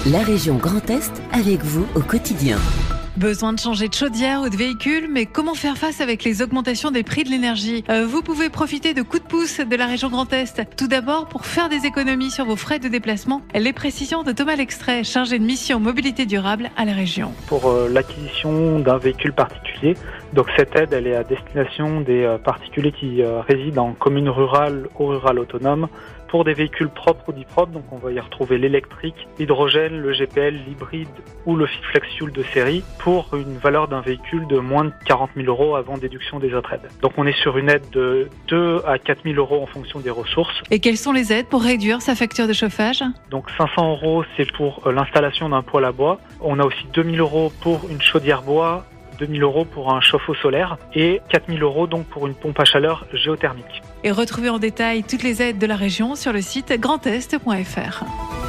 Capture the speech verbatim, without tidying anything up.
La région Grand Est avec vous au quotidien. Besoin de changer de chaudière ou de véhicule, mais comment faire face avec les augmentations des prix de l'énergie ? euh, Vous pouvez profiter de coups de pouce de la région Grand Est. Tout d'abord, pour faire des économies sur vos frais de déplacement, les précisions de Thomas Lextrait, chargé de mission mobilité durable à la région. Pour euh, l'acquisition d'un véhicule particulier, donc cette aide elle est à destination des euh, particuliers qui euh, résident en commune rurale ou rurale autonome. Pour des véhicules propres ou dits propres, donc on va y retrouver l'électrique, l'hydrogène, le G P L, l'hybride ou le flex fuel de série pour une valeur d'un véhicule de moins de quarante mille euros avant déduction des autres aides. Donc on est sur une aide de deux à quatre mille euros en fonction des ressources. Et quelles sont les aides pour réduire sa facture de chauffage ? Donc cinq cents euros c'est pour l'installation d'un poêle à bois. On a aussi deux mille euros pour une chaudière bois, deux mille euros pour un chauffe-eau solaire et quatre mille euros donc pour une pompe à chaleur géothermique. Et retrouvez en détail toutes les aides de la région sur le site grand est point f r.